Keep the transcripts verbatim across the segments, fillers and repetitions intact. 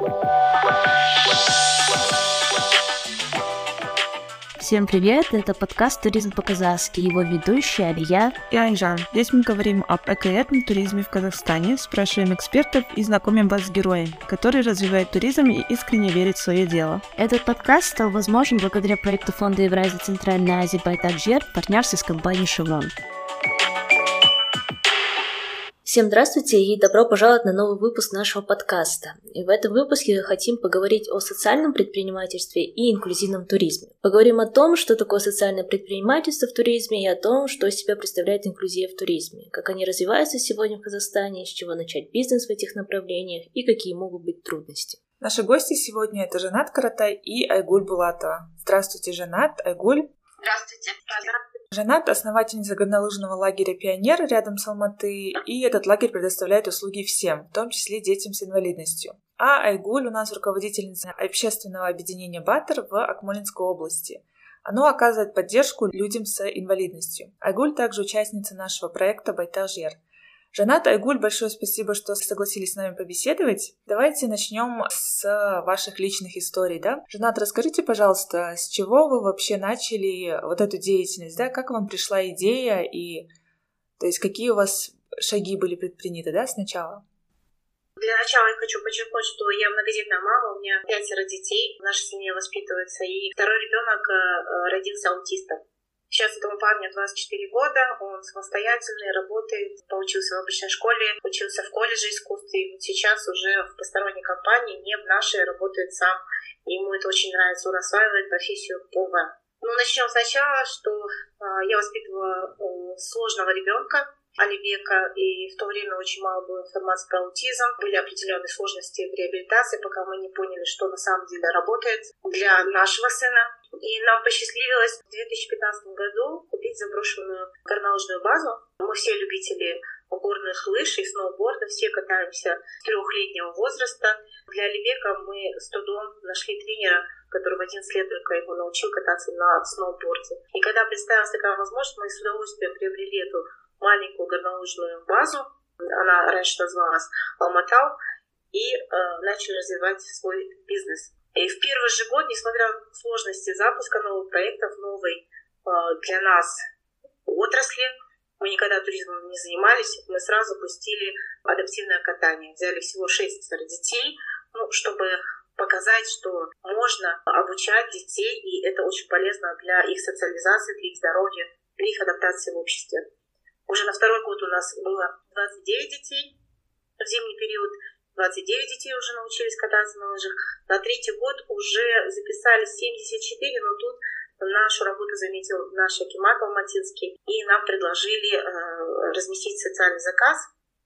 Всем привет, это подкаст «Туризм по-казахски», его ведущая Алия и Айжан. Здесь мы говорим об эко-этном туризме в Казахстане, спрашиваем экспертов и знакомим вас с героем, который развивает туризм и искренне верит в свое дело. Этот подкаст стал возможен благодаря проекту Фонда Евразии Центральной Азии «Байтак-Жер» в партнерстве с компанией «Шеврон». Всем здравствуйте и добро пожаловать на новый выпуск нашего подкаста. И в этом выпуске хотим поговорить о социальном предпринимательстве и инклюзивном туризме. Поговорим о том, что такое социальное предпринимательство в туризме и о том, что из себя представляет инклюзия в туризме, как они развиваются сегодня в Казахстане, с чего начать бизнес в этих направлениях и какие могут быть трудности. Наши гости сегодня это Жанат Каратай и Айгуль Булатова. Здравствуйте, Жанат, Айгуль. Здравствуйте. Жанат – основательница горнолыжного лагеря «Пионер» рядом с Алматы, и этот лагерь предоставляет услуги всем, в том числе детям с инвалидностью. А Айгуль у нас руководительница общественного объединения «Батыр» в Акмолинской области. Оно оказывает поддержку людям с инвалидностью. Айгуль также участница нашего проекта «Байтак-Жер». Жанат, Айгуль, большое спасибо, что согласились с нами побеседовать. Давайте начнем с ваших личных историй, да? Жанат, расскажите, пожалуйста, с чего вы вообще начали вот эту деятельность, да? Как вам пришла идея и, то есть, какие у вас шаги были предприняты, да, сначала? Для начала я хочу подчеркнуть, что я многодетная мама, у меня пятеро детей, в нашей семье воспитывается, и второй ребенок родился аутистом. Сейчас этому парню двадцать четыре года, он самостоятельный, работает, поучился в обычной школе, учился в колледже искусств, и вот сейчас уже в посторонней компании, не в нашей, работает сам. Ему это очень нравится, он осваивает профессию повара. Ну, начнем сначала, что э, я воспитывала э, сложного ребенка, Алибека, и в то время очень мало было информации про аутизм, были определенные сложности в реабилитации, пока мы не поняли, что на самом деле работает для нашего сына. И нам посчастливилось в две тысячи пятнадцатом году купить заброшенную горнолыжную базу. Мы все любители горных лыж и сноуборда, все катаемся с трехлетнего возраста. Для Алибека мы с трудом нашли тренера, который в одиннадцать лет только его научил кататься на сноуборде. И когда представилась такая возможность, мы с удовольствием приобрели эту маленькую горнолыжную базу, она раньше называлась Алматау, и э, начали развивать свой бизнес. И в первый же год, несмотря на сложности запуска новых проектов, новой э, для нас отрасли, мы никогда туризмом не занимались, мы сразу пустили адаптивное катание. Взяли всего шесть детей, ну, чтобы показать, что можно обучать детей, и это очень полезно для их социализации, для их здоровья, для их адаптации в обществе. Уже на второй год у нас было двадцать девять детей в зимний период, двадцать девять детей уже научились кататься на лыжах. На третий год уже записались семьдесят четыре, но тут нашу работу заметил наш акимат алматинский, и нам предложили э, разместить социальный заказ.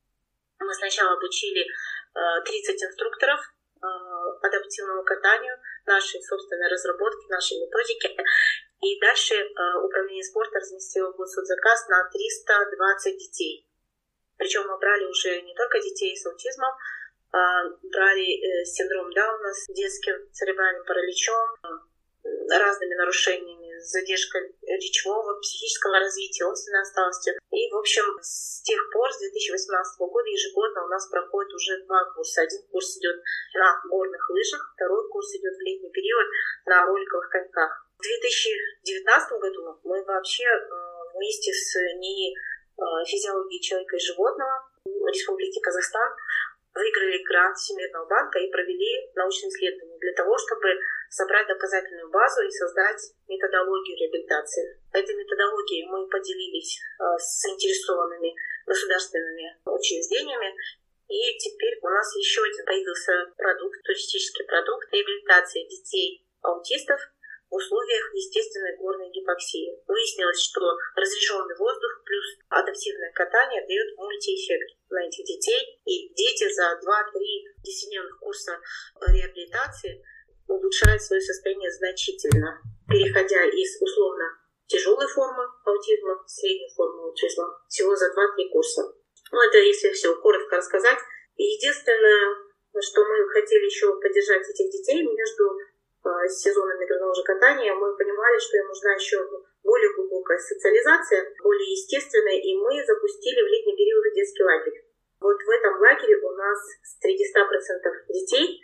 Мы сначала обучили э, тридцать инструкторов э, адаптивному катанию, нашей собственной разработки, нашей методики. И дальше э, управление спорта разместило госзаказ на триста двадцать детей. Причем мы брали уже не только детей с аутизмом, а брали э, синдром Дауна с детским церебральным параличом, э, разными нарушениями, задержкой речевого, психического развития, умственной отсталостью. И, в общем, с тех пор, с две тысячи восемнадцатого года, ежегодно у нас проходит уже два курса. Один курс идет на горных лыжах, второй курс идет в летний период на роликовых коньках. В две тысячи девятнадцатом году мы вообще вместе с НИИ физиологии человека и животного Республики Казахстан выиграли грант Всемирного банка и провели научные исследования для того, чтобы собрать доказательную базу и создать методологию реабилитации. Этой методологией мы поделились с заинтересованными государственными учреждениями, и теперь у нас еще один появился продукт, туристический продукт реабилитации детей-аутистов в условиях естественной горной гипоксии. Выяснилось, что разряженный воздух плюс адаптивное катание дают мультиэффект на этих детей, и дети за два-три десятидневных курса реабилитации улучшают свое состояние значительно, переходя из условно тяжелой формы аутизма в среднюю форму аутизма всего за два-три курса. Ну, это если все коротко рассказать. И единственное, что мы хотели еще поддержать этих детей между сезонами горнолыжного катания, мы понимали, что им нужна еще более глубокая социализация, более естественная, и мы запустили в летний период детский лагерь. Вот в этом лагере у нас среди ста процентов детей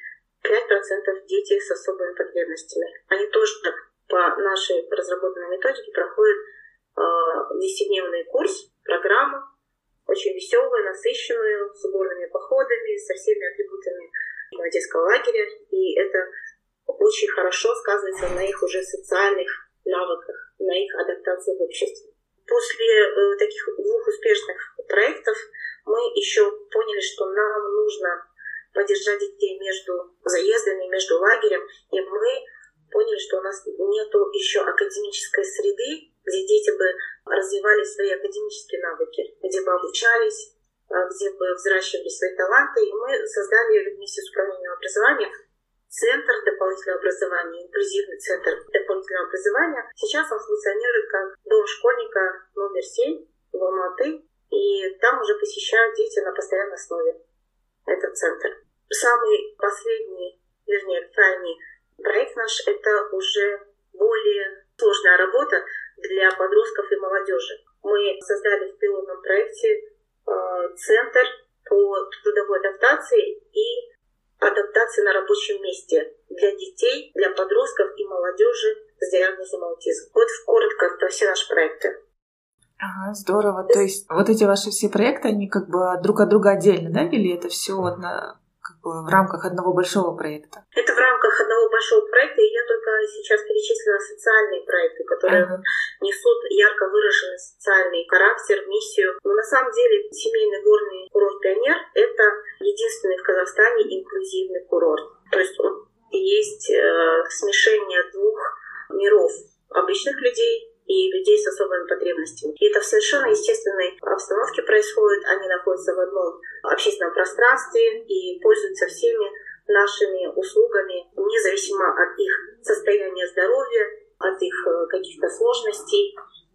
пять процентов дети с особыми потребностями. Они тоже по нашей разработанной методике проходят э, десятидневный курс, программу, очень веселую, насыщенную, с сборными походами, со всеми атрибутами детского лагеря. И это очень хорошо сказывается на их уже социальных навыках, на их адаптации в обществе. После э, таких двух успешных проектов мы еще поняли, что нам нужно поддержать детей между заездами, между лагерем, и мы поняли, что у нас нет еще академической среды, где дети бы развивали свои академические навыки, где бы обучались, где бы взращивали свои таланты. И мы создали вместе с управлением образования Центр дополнительного образования, инклюзивный центр дополнительного образования. Сейчас он функционирует как дом школьника номер семь в Алматы, и там уже посещают дети на постоянной основе этот центр. Самый последний, вернее, крайний проект наш — это уже более сложная работа для подростков и молодежи. Мы создали в пилотном проекте э, центр по трудовой адаптации и адаптации на рабочем месте для детей, для подростков и молодежи с диагнозом аутизм. Вот коротко про все наши проекты. Ага, здорово. То есть вот эти ваши все проекты, они как бы друг от друга отдельно, да? Или это все вот на, как бы в рамках одного большого проекта? Это в рамках одного большого проекта, и я только сейчас перечислила социальные проекты, которые ага. несут ярко выраженный социальный характер, миссию. Но на самом деле семейный горный курорт «Пионер» — это единственный в Казахстане инклюзивный курорт. То есть он есть э, смешение двух миров — обычных людей и людей с особыми потребностями. И это в совершенно естественной обстановке происходит. Они находятся в одном общественном пространстве и пользуются всеми нашими услугами, независимо от их состояния здоровья, от их каких-то сложностей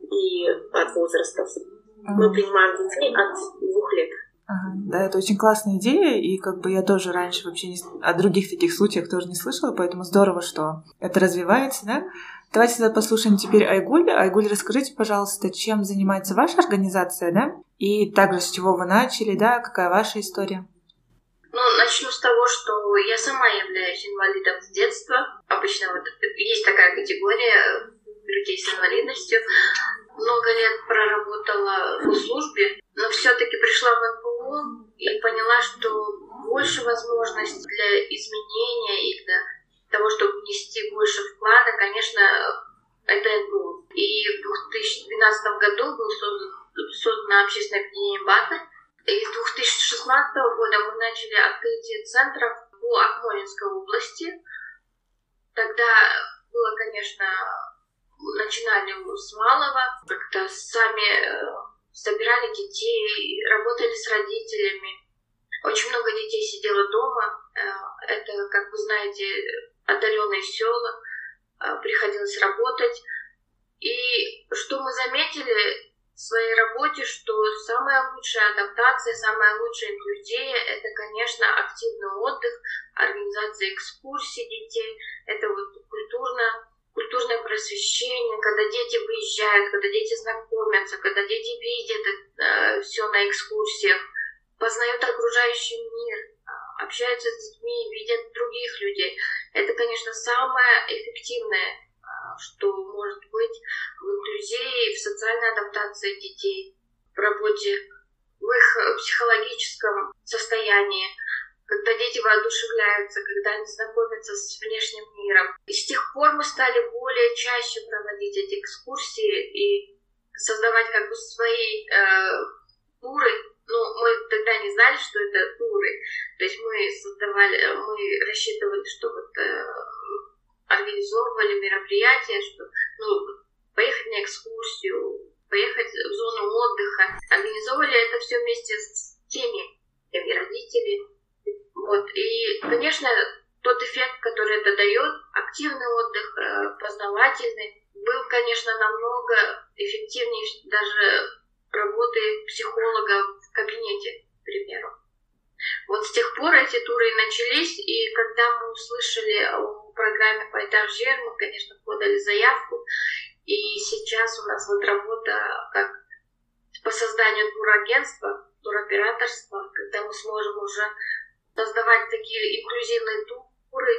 и от возрастов. Mm-hmm. Мы принимаем детей от двух лет. Ага, да, это очень классная идея, и как бы я тоже раньше вообще не, о других таких случаях тоже не слышала, поэтому здорово, что это развивается, да. Давайте тогда послушаем теперь Айгуль. Айгуль, расскажите, пожалуйста, чем занимается ваша организация, да, и также с чего вы начали, да, какая ваша история? Ну, начну с того, что я сама являюсь инвалидом с детства. Обычно вот есть такая категория людей с инвалидностью. Много лет проработала в службе, но все-таки пришла в эн пэ о и поняла, что больше возможностей для изменения и для того, чтобы внести больше вклада, конечно, это эн пэ о. И в две тысячи двенадцатом году был создан, создано общественное объединение БАТА. И с две тысячи шестнадцатого года мы начали открытие центров по Акмолинской области. Тогда было, конечно, начинали с малого, как-то сами собирали детей, работали с родителями. Очень много детей сидело дома. Это, как вы знаете, отдаленные села. Приходилось работать. И что мы заметили в своей работе, что самая лучшая адаптация, самая лучшая инклюзия — это, конечно, активный отдых, организация экскурсий детей, это вот культурно, культурное просвещение, когда дети выезжают, когда дети знакомятся, когда дети видят э, все на экскурсиях, познают окружающий мир, общаются с детьми, видят других людей. Это, конечно, самое эффективное, что может быть в инклюзии, в социальной адаптации детей, в работе, в их психологическом состоянии, когда дети воодушевляются, когда они знакомятся с внешним миром. И с тех пор мы стали более чаще проводить эти экскурсии и создавать как бы свои э, туры. Ну, мы тогда не знали, что это туры. То есть мы создавали, мы рассчитывали, что вот э, организовывали мероприятия, что, ну, поехать на экскурсию, поехать в зону отдыха. Организовывали это все вместе с теми, теми родителями. Вот. И, конечно, тот эффект, который это дает, активный отдых, познавательный, был, конечно, намного эффективнее даже работы психолога в кабинете, к примеру. Вот с тех пор эти туры и начались, и когда мы услышали о программе «Пайтар-Жер», мы, конечно, подали заявку, и сейчас у нас вот работа как по созданию турагентства, туроператорства, когда мы сможем уже создавать такие инклюзивные туры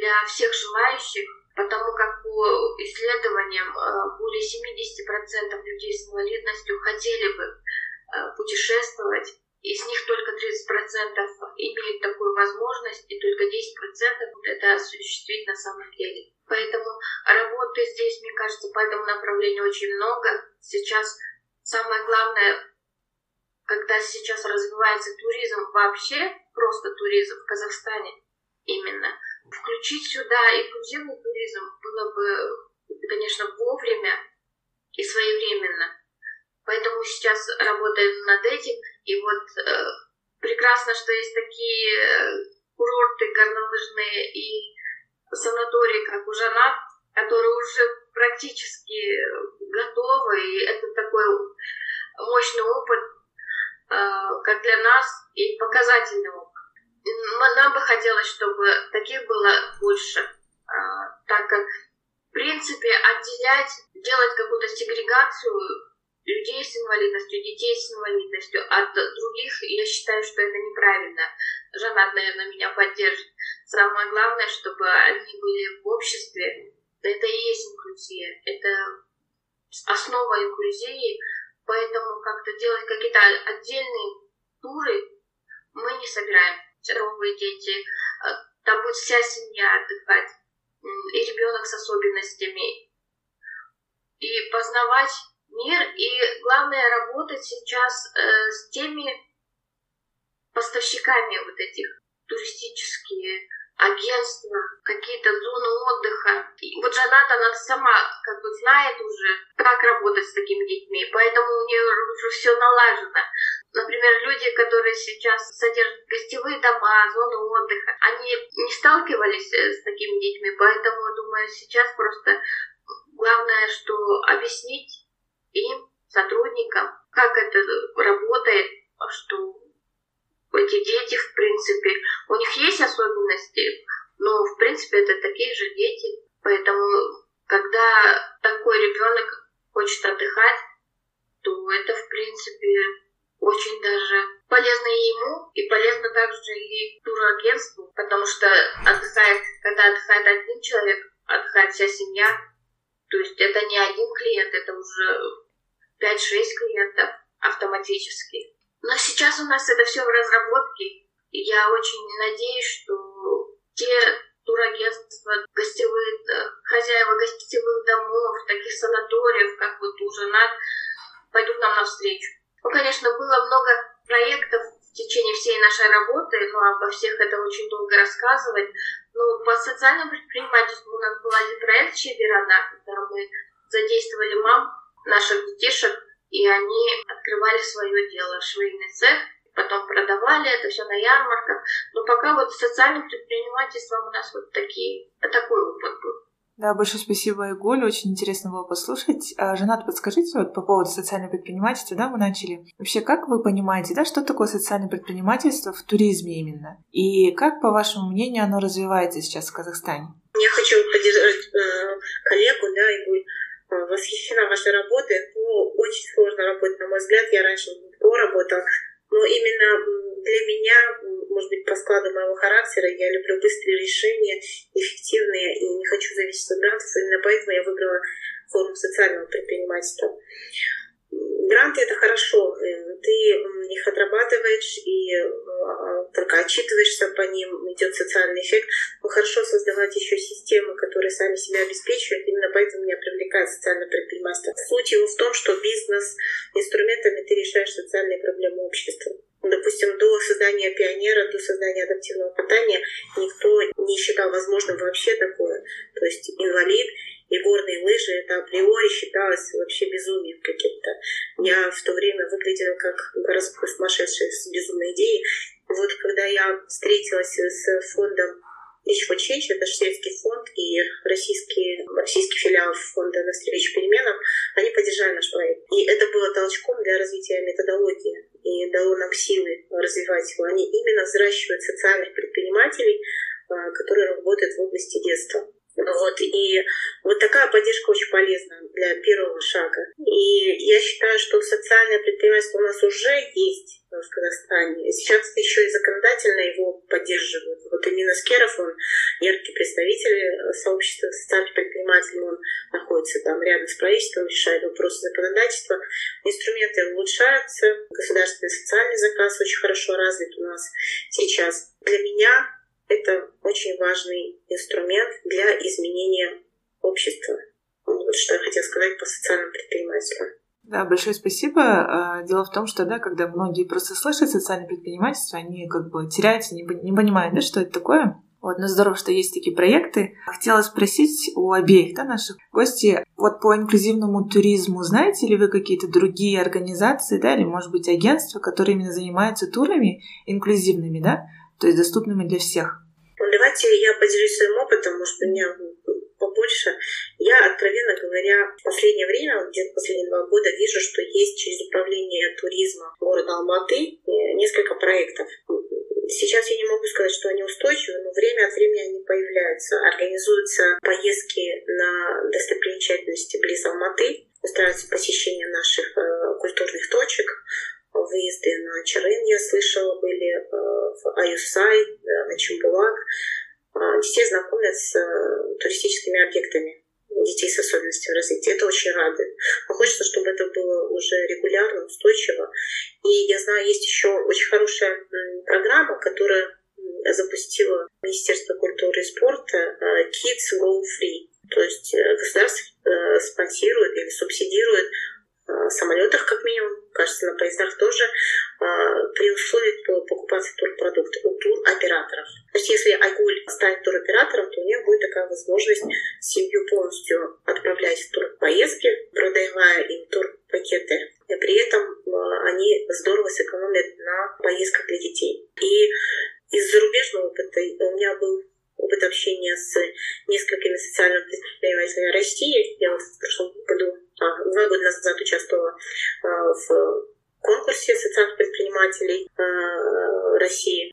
для всех желающих, потому как по исследованиям более семьдесят процентов людей с инвалидностью хотели бы путешествовать, из них только тридцать процентов имеют такую возможность, и только десять процентов это осуществить на самом деле. Поэтому работы здесь, мне кажется, по этому направлению очень много. Сейчас самое главное, когда сейчас развивается туризм вообще, просто туризм в Казахстане именно, включить сюда инклюзивный туризм было бы, конечно, вовремя и своевременно. Поэтому сейчас работаем над этим. И вот э, прекрасно, что есть такие э, курорты горнолыжные и санатории, как у Жанат, которые уже практически готовы. И это такой мощный опыт, э, как для нас, и показательный опыт. Нам бы хотелось, чтобы таких было больше, э, так как, в принципе, отделять, делать какую-то сегрегацию людей с инвалидностью, детей с инвалидностью от других, я считаю, что это неправильно. Жанат, наверное, меня поддержит. Самое главное, чтобы они были в обществе. Это и есть инклюзия. Это основа инклюзии. Поэтому как-то делать какие-то отдельные туры мы не собираем. Здоровые дети. Там будет вся семья отдыхать. И ребенок с особенностями. И познавать мир, и главное работать сейчас э, с теми поставщиками вот этих туристические агентства, какие-то зоны отдыха. И вот Жанат, она сама как бы знает уже, как работать с такими детьми, поэтому у нее уже все налажено. Например, люди, которые сейчас содержат гостевые дома, зоны отдыха, они не сталкивались с такими детьми, поэтому, думаю, сейчас просто главное, что объяснить им, сотрудникам, как это работает, что эти дети, в принципе, у них есть особенности, но, в принципе, это такие же дети. Поэтому, когда такой ребенок хочет отдыхать, то это, в принципе, очень даже полезно и ему, и полезно также и турагентству, потому что отдыхает, когда отдыхает один человек, отдыхает вся семья. То есть это не один клиент, это уже пять-шесть клиентов автоматически. Но сейчас у нас это все в разработке. И я очень надеюсь, что те турагентства, гостевые, хозяева гостевых домов, таких санаториев, как вот у Жанат, пойдут нам навстречу. Ну, конечно, было много проектов в течение всей нашей работы, но обо всех это очень долго рассказывать. Но по социальному предпринимательству у нас был один проект «Чеберана», когда мы задействовали мам наших детишек, и они открывали свое дело, швейный цех, потом продавали это все на ярмарках. Но пока вот с социальным предпринимательством у нас вот такие, такой опыт был. Да, большое спасибо, Айгуль, очень интересно было послушать. А, Жанат, подскажите, вот по поводу социального предпринимательства, да, мы начали. Вообще, как вы понимаете, да, что такое социальное предпринимательство в туризме именно? И как, по вашему мнению, оно развивается сейчас в Казахстане? Я хочу поддержать э, коллегу, да, Айгуль. Восхищена вашей работой. Ну, очень сложно работать, на мой взгляд. Я раньше не работала. Но именно для меня, может быть, по складу моего характера, я люблю быстрые решения, эффективные, и не хочу зависеть от грантов. Именно поэтому я выбрала форму социального предпринимательства. Гранты — это хорошо. Ты их отрабатываешь и только отчитываешься по ним, идет социальный эффект. Но хорошо создавать еще системы, которые сами себя обеспечивают. Именно поэтому меня привлекает социальное предпринимательство. Суть его в том, что бизнес-инструментами ты решаешь социальные проблемы общества. Допустим, до создания пионера, до создания адаптивного питания никто не считал возможным вообще такое. То есть инвалид и горные лыжи — это априори считалось вообще безумием каким-то. Я в то время выглядела как городской сумасшедший с безумной идеей. Вот когда я встретилась с фондом Reach for Change, это шведский фонд, и российский, российский филиал фонда «Навстречу переменам», они поддержали наш проект. И это было толчком для развития методологии и дало нам силы развивать его. Они именно взращивают социальных предпринимателей, которые работают в области детства. Вот, и вот такая поддержка очень полезна для первого шага. И я считаю, что социальное предпринимательство у нас уже есть в Казахстане. Сейчас еще и законодательно его поддерживают. Вот именно Скеров, он яркий представитель сообщества социальных предпринимателей, он находится там рядом с правительством, решает вопросы законодательства. Инструменты улучшаются, государственный социальный заказ очень хорошо развит у нас сейчас. Для меня это очень важный инструмент для изменения общества. Вот что я хотела сказать по социальному предпринимательству. Да, большое спасибо. Дело в том, что, да, когда многие просто слышат социальное предпринимательство, они как бы теряются, не понимают, да, что это такое. Вот, но здорово, что есть такие проекты. Хотела спросить у обеих, да, наших гостей, вот по инклюзивному туризму знаете ли вы какие-то другие организации, да, или, может быть, агентства, которые именно занимаются турами инклюзивными, да, то есть доступными для всех? Давайте я поделюсь своим опытом, может, у меня побольше. Я, откровенно говоря, в последнее время, где-то последние два года, вижу, что есть через управление туризма города Алматы несколько проектов. Сейчас я не могу сказать, что они устойчивы, но время от времени они появляются. Организуются поездки на достопримечательности близ Алматы, устраиваются посещения наших э, культурных точек, выезды на Чарын, я слышала, были э, в Аюсай, э, на Чембулак. Э, детей знакомят с э, туристическими объектами, детей с особенностями развития. Это очень радует. Но хочется, чтобы это было уже регулярно, устойчиво. И я знаю, есть еще очень хорошая м, программа, которая запустила Министерство культуры и спорта э, Kids Go Free. То есть э, государство э, спонсирует или субсидирует в самолетах, как минимум, кажется, на поездах тоже, при условии покупаться турпродукты у туроператоров. То есть если Айгуль станет туроператором, то у нее будет такая возможность семью полностью отправлять в турпоездки, продавая им турпакеты. И при этом они здорово сэкономят на поездках для детей. И из зарубежного опыта у меня был опыт общения с несколькими социальными предпринимателями России. Я вот в прошлом году, а, два года назад участвовала а, в конкурсе социальных предпринимателей а, России.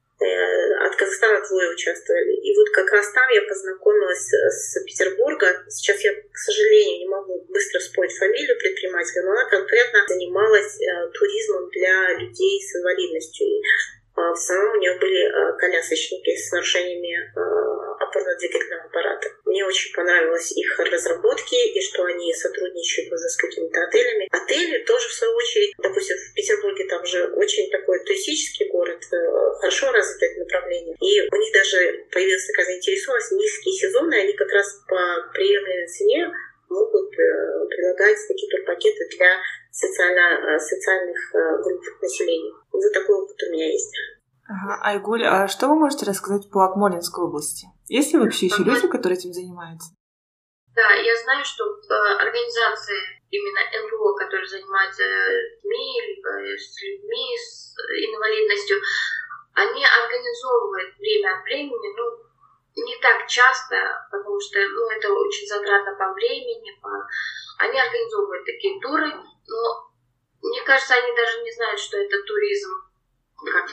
От Казахстана двое участвовали. И вот как раз там я познакомилась с Петербурга. Сейчас я, к сожалению, не могу быстро вспомнить фамилию предпринимателя, но она конкретно занималась туризмом для людей с инвалидностью. И в основном у нее были колясочники с нарушениями опорно-двигательного аппарата. Мне очень понравились их разработки и что они сотрудничают уже с какими-то отелями. Отели тоже, в свою очередь, допустим, в Петербурге там же очень такой туристический город, хорошо развито это направление. И у них даже появилась такая заинтересованность, низкие сезоны, они как раз по приемлемой цене могут предлагать такие турпакеты для социально, социальных групп населения. Вот такой опыт у меня есть. Ага. Айгуль, а что вы можете рассказать по Акмолинской области? Есть ли вообще еще люди, которые этим занимаются? Да, я знаю, что организации, именно эн гэ о, которые занимаются детьми, либо с людьми с инвалидностью, они организовывают время от времени, ну, не так часто, потому что ну, это очень затратно по времени, по... они организовывают такие туры, но мне кажется, они даже не знают, что это туризм, как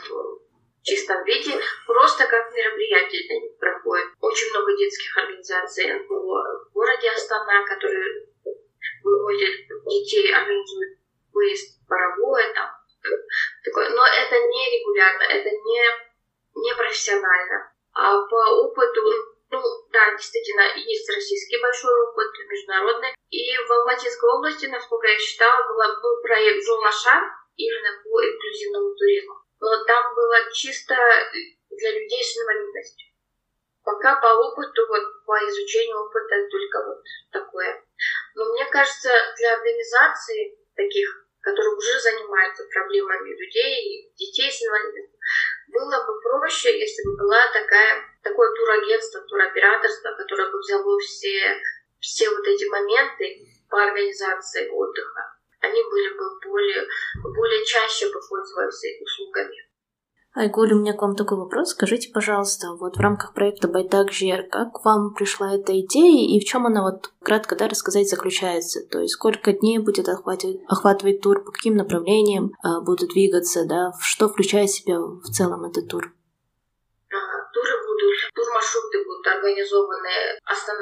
в чистом виде, просто как мероприятие для них проходит. Очень много детских организаций эн гэ о в городе Астана, которые выводят детей, организуют выезд паровой, там, такое. Но это не регулярно, это не, не профессионально. А по опыту, ну да, действительно, есть российский большой опыт, международный. И в Алматинской области, насколько я считала, была, был проект «Жолаша» именно по инклюзивному туризму. Но там было чисто для людей с инвалидностью. Пока по опыту, вот по изучению опыта только вот такое. Но мне кажется, для организаций таких, которые уже занимаются проблемами людей, детей с инвалидностью, было бы проще, если бы была такая, такое турагентство, туроператорство, которое бы взяло все, все вот эти моменты по организации отдыха. Они были бы более, более чаще бы пользовались услугами. Айгуль, у меня к вам такой вопрос. Скажите, пожалуйста, вот в рамках проекта «Байтак-Жер», как вам пришла эта идея и в чем она, вот кратко да, рассказать, заключается? То есть сколько дней будет охватывать, охватывать тур, по каким направлениям а, будут двигаться, да, что включает в себя в целом этот тур? Туры будут, турмаршруты будут организованы Астана,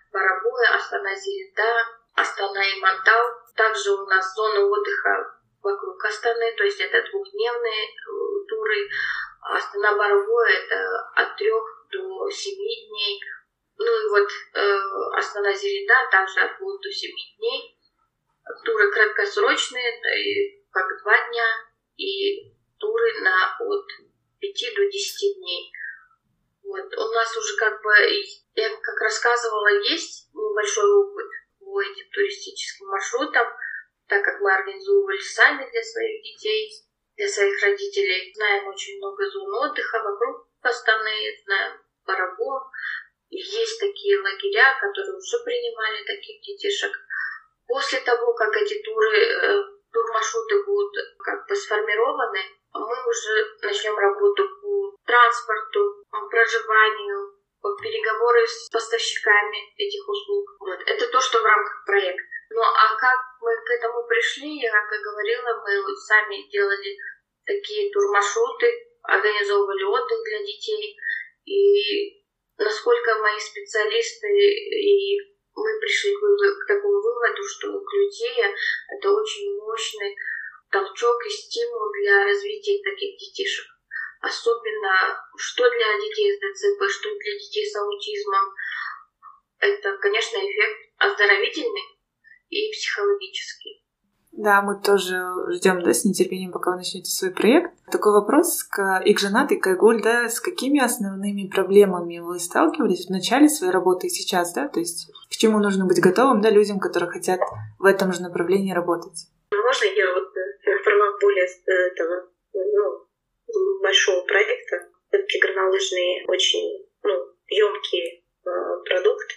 Барабуя, Астана-Зирида, Астана-Имантау. Также у нас зоны отдыха вокруг Астаны, то есть это двухдневные э, туры. Астана-Барабуя — это от трех до семи дней. Ну и вот э, Астана-Зирида также от двух до семи дней. Туры краткосрочные, как два дня, и туры на от пяти до десяти дней. Вот. У нас уже как бы, я как рассказывала, есть небольшой опыт по этим туристическим маршрутам, так как мы организовывали сами для своих детей, для своих родителей. Знаем очень много зон отдыха вокруг Астаны, знаем Барабу. Есть такие лагеря, которые уже принимали таких детишек. После того, как эти туры, турмаршруты будут как бы сформированы, мы уже начнем работу по транспорту, по проживанию, по переговоры с поставщиками этих услуг. Вот. Это то, что в рамках проекта. Ну а как мы к этому пришли, я как и говорила, мы вот сами делали такие турмаршруты, организовывали отдых для детей. И насколько мои специалисты и мы пришли к, к такому выводу, что инклюзия — это очень мощный толчок и стимул для развития таких детишек. Особенно что для детей с ДЦП, что для детей с аутизмом. Это, конечно, эффект оздоровительный и психологический. Да, мы тоже ждем, да, с нетерпением, пока вы начнете свой проект. Такой вопрос к Игжанат и к Айгуль, да, с какими основными проблемами вы сталкивались в начале своей работы и сейчас, да, то есть к чему нужно быть готовым, да, людям, которые хотят в этом же направлении работать? Можно я вот в правах более этого, ну, большого проекта, все-таки горнолыжный очень, ну, емкий э, продукт.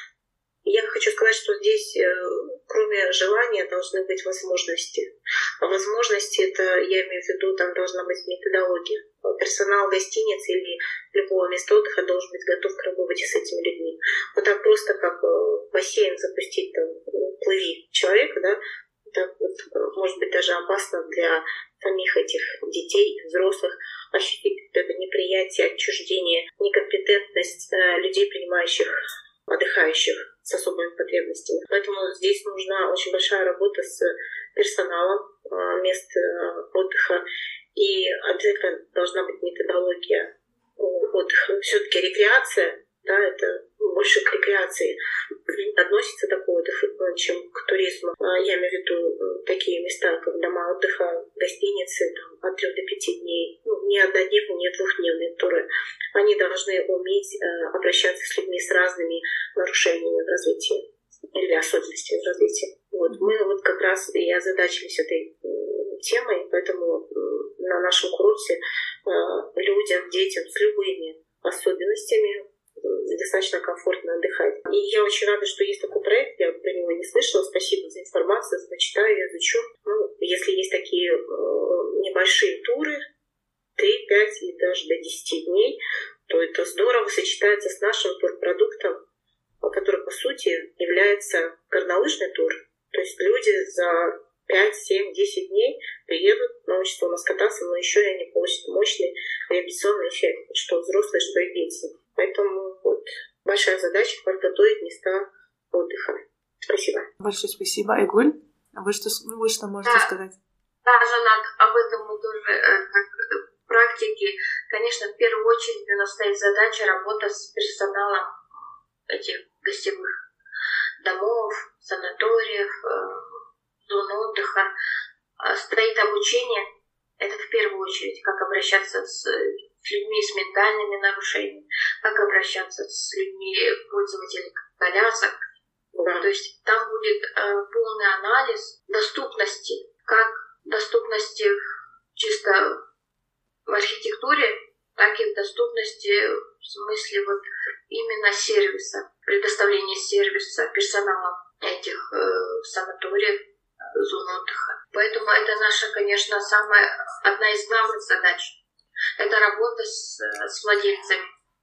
Я хочу сказать, что здесь, кроме желания, должны быть возможности. А возможности, это, я имею в виду, там должна быть методология. Персонал гостиницы или любого места отдыха должен быть готов к работе с этими людьми. Вот так просто, как в бассейн запустить, там, плыви человека, да, так вот, может быть, даже опасно для самих этих детей, взрослых, ощутить это неприятие, отчуждение, некомпетентность людей, принимающих отдыхающих с особыми потребностями. Поэтому здесь нужна очень большая работа с персоналом мест отдыха, и обязательно должна быть методология отдыха. Все-таки рекреация, да, это больше к рекреации относится такой отдых, чем к туризму. Я имею в виду такие места, как дома отдыха, гостиницы, там, от трех до пяти дней, ну, не однодневные, не двухдневные туры. Они должны уметь э, обращаться с людьми с разными нарушениями в развитии или особенностями в развитии. Вот. Мы вот как раз и озадачились этой э, темой, поэтому э, на нашем курсе э, людям, детям с любыми особенностями достаточно комфортно отдыхать. И я очень рада, что есть такой проект, я про него не слышала. Спасибо за информацию, зачитаю, изучу. Ну, если есть такие э, небольшие туры, три, пять и даже до десяти дней, то это здорово сочетается с нашим турпродуктом, который, по сути, является горнолыжный тур. То есть люди за пять, семь, десять дней приедут, научатся у нас кататься, но еще и они получат мощный реабилитационный эффект, что взрослые, что и дети. Поэтому вот большая задача — подготовить места отдыха. Спасибо. Большое спасибо. Айгуль, а вы что, вы что можете да. сказать? Да, Жанат, об этом мы тоже, как в практике, конечно, в первую очередь у нас стоит задача работа с персоналом этих гостевых домов, санаториев, зон отдыха. Стоит обучение. Это в первую очередь, как обращаться с людьми с ментальными нарушениями, как обращаться с людьми, пользователями колясок. Да. То есть там будет э, полный анализ доступности, как доступности чисто в архитектуре, так и в доступности в смысле вот именно сервиса, предоставления сервиса персоналом этих э, санаториев, зон отдыха. Поэтому это наша, конечно, самая, одна из главных задач. Это работа с, с владельцами.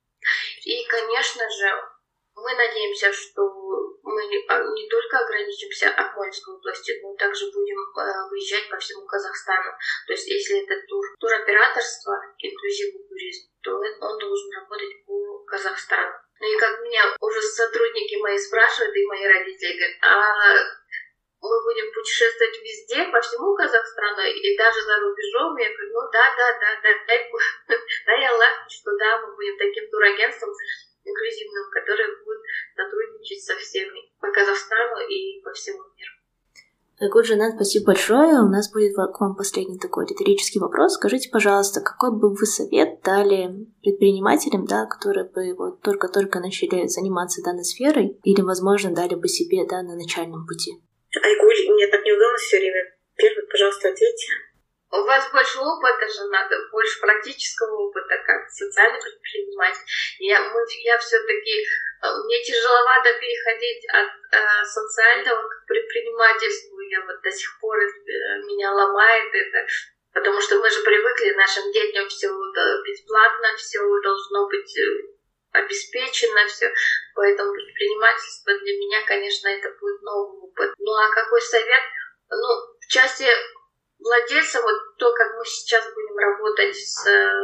И, конечно же, мы надеемся, что мы не, не только ограничимся Акмолинской областью, но также будем э, выезжать по всему Казахстану. То есть, если это тур, туроператорство, инклюзивный туризм, то он должен работать по Казахстану. Ну и как меня уже сотрудники мои спрашивают, и мои родители говорят, а мы будем путешествовать везде, по всему Казахстану, и даже за рубежом. Я говорю, ну да, да, да, да, дай, дай Аллах, что да, мы будем таким турагентством инклюзивным, которое будет сотрудничать со всеми по Казахстану и по всему миру. Айгуль, Жанат, спасибо большое. У нас будет к вам последний такой риторический вопрос. Скажите, пожалуйста, какой бы вы совет дали предпринимателям, да, которые бы вот только-только начали заниматься данной сферой, или, возможно, дали бы себе, да, на начальном пути? Айгуль, мне так неудобно все время. Первый, пожалуйста, ответьте. У вас больше опыта же надо, больше практического опыта, как социальный предприниматель. Я, мы, я все-таки, мне тяжеловато переходить от э, социального к предпринимательству. Я вот до сих пор, э, меня ломает это, потому что мы же привыкли, нашим детям все бесплатно, все должно быть обеспечено, все. Поэтому предпринимательство для меня, конечно, это будет новый опыт. Ну а какой совет? Ну, в части владельца, вот то, как мы сейчас будем работать с,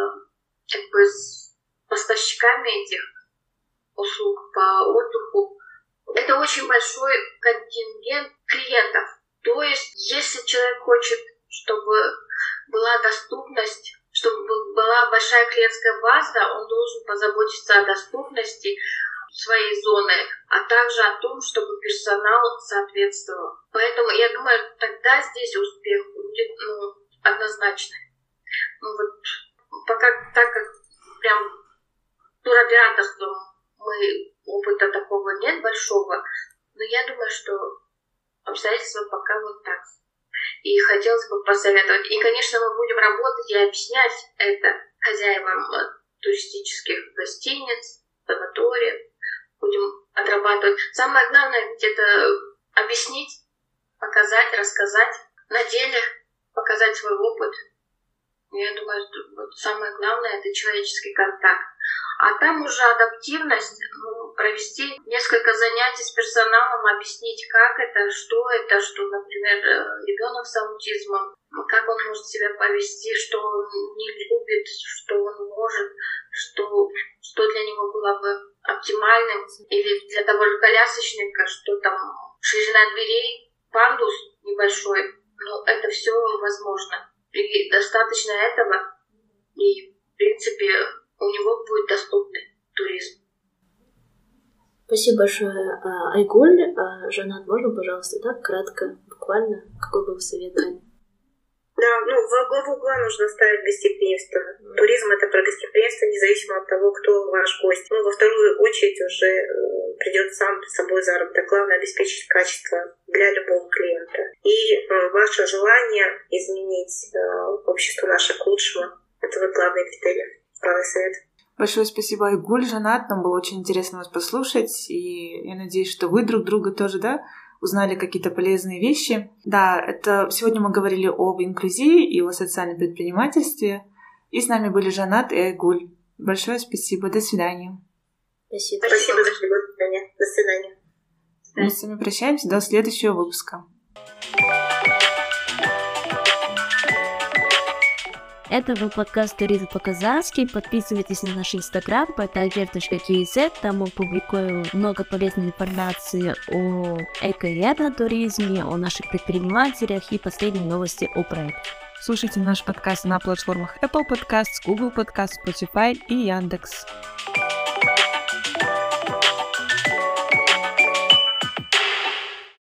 как бы, с поставщиками этих услуг по отдыху, это очень большой контингент клиентов. То есть, если человек хочет, чтобы была доступность, чтобы была большая клиентская база, он должен позаботиться о доступности своей зоны, а также о том, чтобы персонал соответствовал. Поэтому я думаю, тогда здесь успех будет, ну, однозначный. Ну вот пока, так как прям туроператорством мы опыта такого нет большого, но я думаю, что обстоятельства пока вот так. И хотелось бы посоветовать. И, конечно, мы будем работать и объяснять это хозяевам туристических гостиниц, санаториев. Будем отрабатывать. Самое главное ведь это объяснить, показать, рассказать на деле, показать свой опыт. Я думаю, что вот самое главное это человеческий контакт. А там уже адаптивность, ну, провести несколько занятий с персоналом, объяснить, как это, что это, что, например, ребенок с аутизмом, как он может себя повести, что он не любит, что он может, что, что для него было бы оптимальным, или для того же колясочника, что там ширина дверей, пандус небольшой, ну, это все возможно. И достаточно этого, и, в принципе, у него будет доступный туризм. Спасибо большое, Айгуль. Жанат, можно, пожалуйста, да, кратко, буквально, какой бы вы совет дали? Да, ну, во главу угла нужно ставить гостеприимство. Mm. Туризм — это про гостеприимство, независимо от того, кто ваш гость. Ну, во вторую очередь уже э, придет сам с собой заработок. Главное — обеспечить качество для любого клиента. И э, ваше желание изменить э, общество наше к лучшему — это вот главный критерий, главный совет. Большое спасибо, Айгуль, Жанат. Нам было очень интересно вас послушать. И я надеюсь, что вы друг друга тоже, да, узнали какие-то полезные вещи. Да, это сегодня мы говорили об инклюзии и о социальном предпринимательстве. И с нами были Жанат и Айгуль. Большое спасибо. До свидания. Спасибо. Спасибо за приглашение. До свидания. Мы с вами прощаемся до следующего выпуска. Это был подкаст «Туризм по-казахски». Подписывайтесь на наш инстаграм поталжир точка кз. Там мы публикуем много полезной информации о эко- и этнотуризме, о наших предпринимателях и последние новости о проекте. Слушайте наш подкаст на платформах Apple Podcasts, Google Podcasts, Spotify и Яндекс.